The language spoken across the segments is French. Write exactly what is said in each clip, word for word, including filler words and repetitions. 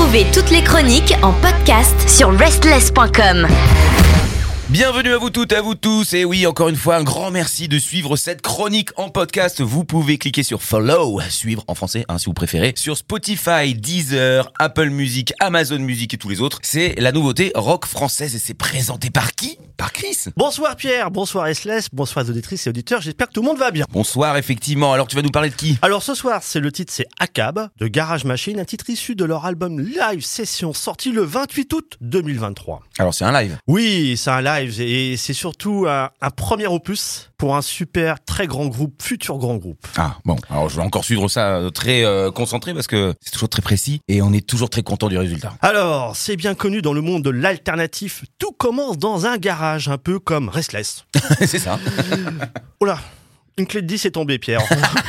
Retrouvez toutes les chroniques en podcast sur restless point com. Bienvenue à vous toutes, à vous tous, et oui, encore une fois, un grand merci de suivre cette chronique en podcast. Vous pouvez cliquer sur follow, suivre en français, hein, si vous préférez, sur Spotify, Deezer, Apple Music, Amazon Music et tous les autres. C'est la nouveauté rock française et c'est présenté par qui ? Par Chris. Bonsoir Pierre, bonsoir Restless, bonsoir les auditrices et auditeurs, j'espère que tout le monde va bien. Bonsoir, effectivement. Alors tu vas nous parler de qui ? Alors ce soir, c'est le titre, c'est Akab, de Garage Machine, un titre issu de leur album Live Session, sorti le vingt-huit août deux mille vingt-trois. Alors c'est un live ? Oui, c'est un live et c'est surtout un, un premier opus pour un super, très grand groupe, futur grand groupe. Ah bon, alors je vais encore suivre ça très euh, concentré parce que c'est toujours très précis et on est toujours très content du résultat. Alors, c'est bien connu dans le monde de l'alternatif, tout commence dans un garage, un peu comme Restless. C'est ça. Oh là, une clé de dix est tombée, Pierre.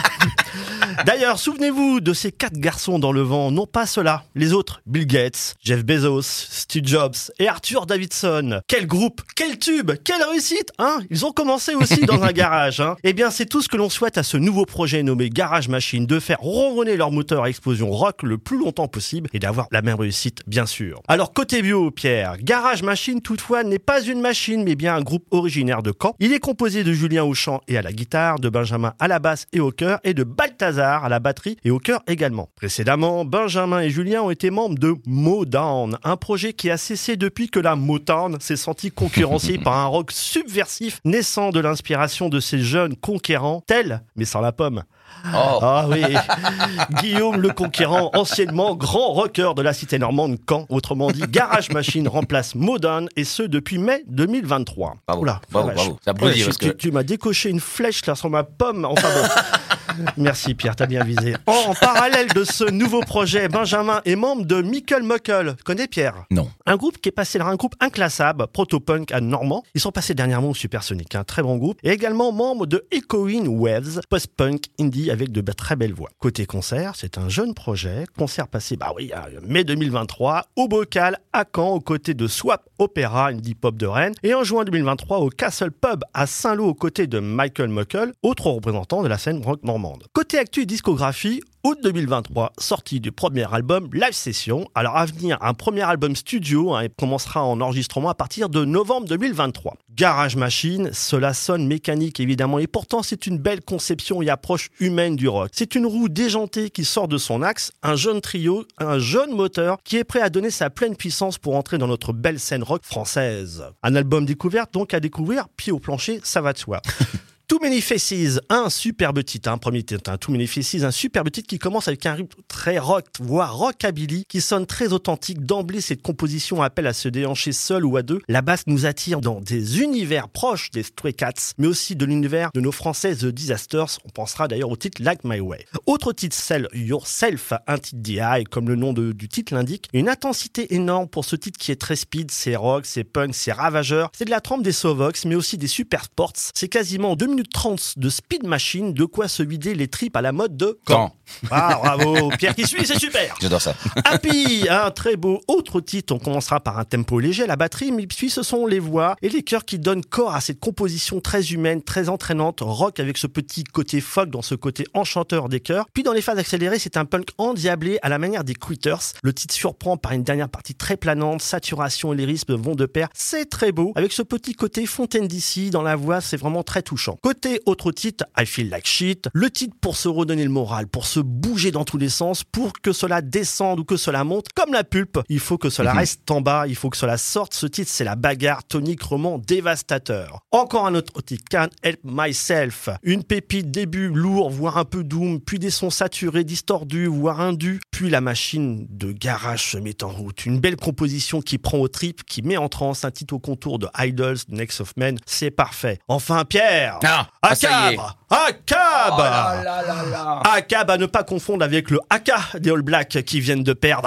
D'ailleurs, souvenez-vous de ces quatre garçons dans le vent, non pas ceux-là, les autres, Bill Gates, Jeff Bezos, Steve Jobs et Arthur Davidson. Quel groupe, quel tube, quelle réussite, hein ? Ils ont commencé aussi dans un garage, hein. Eh bien, c'est tout ce que l'on souhaite à ce nouveau projet nommé Garage Machine, de faire ronronner leur moteur à explosion rock le plus longtemps possible et d'avoir la même réussite, bien sûr. Alors, côté bio, Pierre, Garage Machine, toutefois, n'est pas une machine, mais bien un groupe originaire de Caen. Il est composé de Julien au chant et à la guitare, de Benjamin à la basse et au chœur, et de Balthazar à la batterie et au chœur également. Précédemment, Benjamin et Julien ont été membres de Motown, un projet qui a cessé depuis que la Motown s'est sentie concurrencée par un rock subversif naissant de l'inspiration de ces jeunes conquérants, tels, mais sans la pomme. Oh. Ah oui, Guillaume le Conquérant, anciennement grand rocker de la cité normande Caen. Autrement dit, Garage Machine remplace Motown et ce depuis mai deux mille vingt-trois. Bravo, Oula, bravo, vache. bravo. Ça applaudit Ouais, parce tu, que... tu m'as décoché une flèche là sur ma pomme. Enfin bon. Merci Pierre, t'as bien visé. En, en parallèle de ce nouveau projet, Benjamin est membre de Michael Muckle. Tu connais Pierre ? Non. Un groupe qui est passé un groupe inclassable, proto-punk à Normand. Ils sont passés dernièrement au Supersonic, un très bon groupe. Et également membre de Echoing Waves, post-punk indie avec de très belles voix. Côté concert, c'est un jeune projet. Concert passé, bah oui, mai deux mille vingt-trois, au Bocal, à Caen, aux côtés de Swap Opera, indie pop de Rennes. Et en juin deux mille vingt-trois, au Castle Pub à Saint-Lô, aux côtés de Michael Muckle, autre représentant de la scène rock normande. Côté actu et discographie, août deux mille vingt-trois, sortie du premier album Live Session. Alors à venir, un premier album studio, hein, et commencera en enregistrement à partir de novembre deux mille vingt-trois. Garage Machine, cela sonne mécanique évidemment, et pourtant c'est une belle conception et approche humaine du rock. C'est une roue déjantée qui sort de son axe, un jeune trio, un jeune moteur qui est prêt à donner sa pleine puissance pour entrer dans notre belle scène rock française. Un album découverte donc à découvrir, pied au plancher, ça va de soi. Too Many Faces, un superbe titre, un premier titre, un Too Many Faces, un superbe titre qui commence avec un rythme très rock, voire rockabilly, qui sonne très authentique. D'emblée, cette composition appelle à se déhancher seul ou à deux. La basse nous attire dans des univers proches des Stray Cats, mais aussi de l'univers de nos français The Disasters. On pensera d'ailleurs au titre Like My Way. Autre titre, Sell Yourself, un titre D I, comme le nom de, du titre l'indique. Une intensité énorme pour ce titre qui est très speed, c'est rock, c'est punk, c'est ravageur. C'est de la trempe des Sovox, mais aussi des Super Sports. C'est quasiment deux minutes trente de Speed Machine, de quoi se vider les tripes à la mode de Caen. Ah, bravo, Pierre qui suit, c'est super. J'adore ça. Happy, un très beau autre titre. On commencera par un tempo léger, la batterie, mais puis ce sont les voix et les chœurs qui donnent corps à cette composition très humaine, très entraînante, rock avec ce petit côté folk dans ce côté enchanteur des chœurs. Puis dans les phases accélérées, c'est un punk endiablé à la manière des Quitters. Le titre surprend par une dernière partie très planante, saturation et lyrisme vont de pair. C'est très beau, avec ce petit côté Fontaine D C dans la voix, c'est vraiment très touchant. Côté autre titre, I Feel Like Shit, le titre pour se redonner le moral, pour se bouger dans tous les sens, pour que cela descende ou que cela monte, comme la pulpe, il faut que cela reste en bas, il faut que cela sorte. Ce titre, c'est la bagarre tonique, roman dévastateur. Encore un autre titre, Can't Help Myself, une pépite, début lourd, voire un peu doom, puis des sons saturés, distordus, voire indus, puis la machine de garage se met en route. Une belle composition qui prend au trip, qui met en transe, un titre au contour de Idols, Next of Men, c'est parfait. Enfin, Pierre, Ah, ah, ça y est. Akab, Oh là là là là. Akab à ne pas confondre avec le Aka des All Blacks qui viennent de perdre.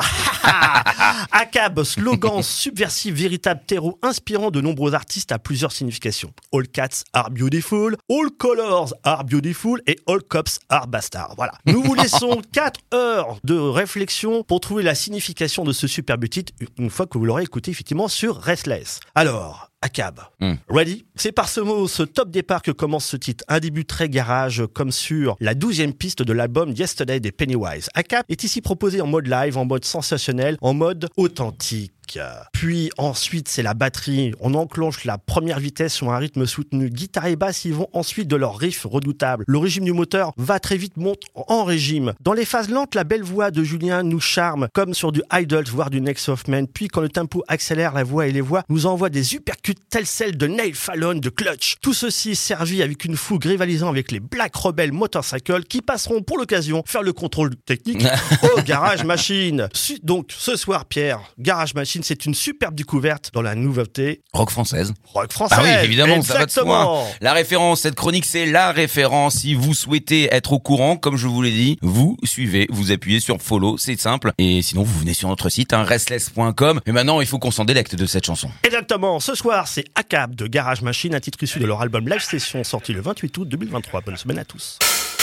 Akab, slogan subversif, véritable terreau inspirant de nombreux artistes à plusieurs significations. All cats are beautiful, all colors are beautiful et all cops are bastards. Voilà. Nous vous laissons quatre heures de réflexion pour trouver la signification de ce superbe titre une fois que vous l'aurez écouté effectivement sur Restless. Alors, A C A B. Mm. Ready? C'est par ce mot, ce top départ que commence ce titre. Un début très garage, comme sur la douzième piste de l'album Yesterday des Pennywise. A C A B est ici proposé en mode live, en mode sensationnel, en mode authentique. Puis ensuite, c'est la batterie. On enclenche la première vitesse sur un rythme soutenu. Guitare et basse, ils vont ensuite de leur riff redoutable. Le régime du moteur va très vite, monte en régime. Dans les phases lentes, la belle voix de Julien nous charme, comme sur du Idols, voire du Next of Man. Puis quand le tempo accélère, la voix et les voix nous envoient des uppercuts tels celles de Neil Fallon, de Clutch. Tout ceci servi avec une fougue rivalisant avec les Black Rebel Motorcycle qui passeront pour l'occasion faire le contrôle technique au Garage Machine. Donc ce soir, Pierre, Garage Machine, c'est une superbe découverte dans la nouveauté rock française. Rock française. Ah oui, évidemment, ça va de exactement. soi. La référence, cette chronique, c'est la référence. Si vous souhaitez être au courant, comme je vous l'ai dit, vous suivez, vous appuyez sur follow, c'est simple. Et sinon, vous venez sur notre site, hein, restless point com. Mais maintenant, il faut qu'on s'en délecte de cette chanson. Exactement. Ce soir, c'est A C A B de Garage Machine, un titre issu de leur album Live Session, sorti le vingt-huit août deux mille vingt-trois. Bonne semaine à tous.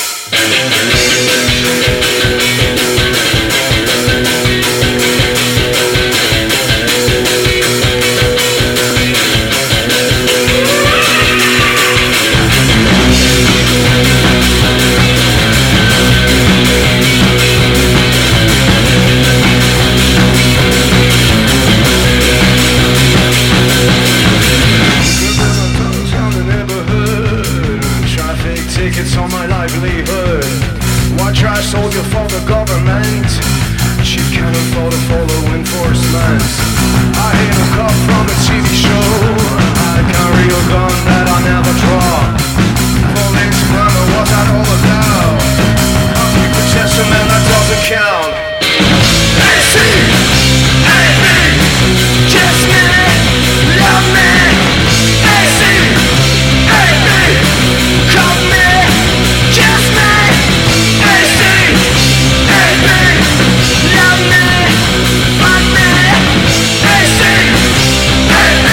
Tickets on my livelihood. Why try soldier for the government? She can't afford to follow enforcement. I hate a cop from the T V show. I carry a gun that I never draw. Police glamour, what's that all about? You protest a man that doesn't count. A C, A B, kiss me, love me. A C, A B, call me. Kiss me, A C, A B, love me, fuck me, A C, A B.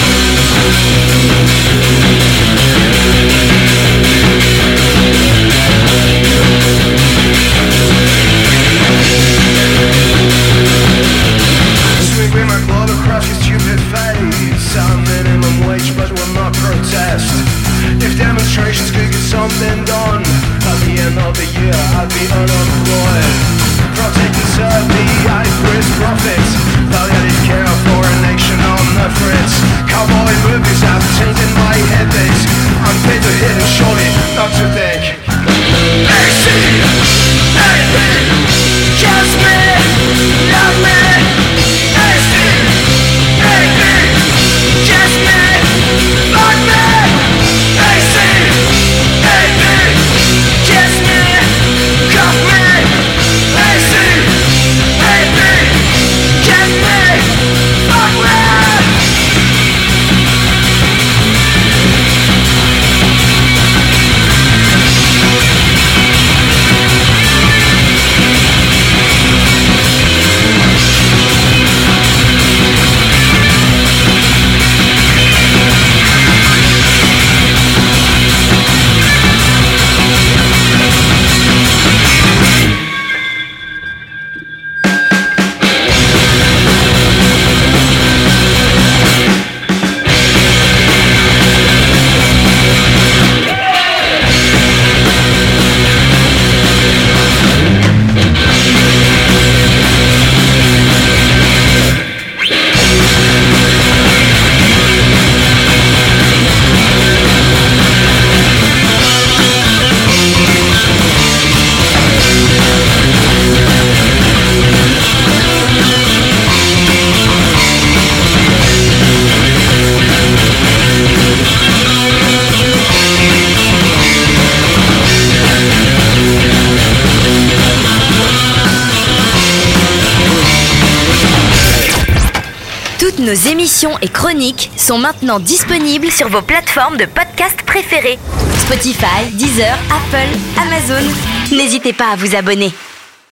Sweep in my glove across your stupid face. I'm minimum wage, but will not protest. If demonstrations could get something done, at the end of the year I'd be unemployed. Protect and serve the high-risk profits. Palliative care for a nation on the fritz. Cowboy movies have tainted my habits. I'm paid to hit and shorty, not to think. A C, A B, kiss me, love me. A C, A B, kiss me, fuck me. A C, A B, kiss me, cuff me. A C, A B, kiss me, fuck me. Nos émissions et chroniques sont maintenant disponibles sur vos plateformes de podcast préférées. Spotify, Deezer, Apple, Amazon. N'hésitez pas à vous abonner.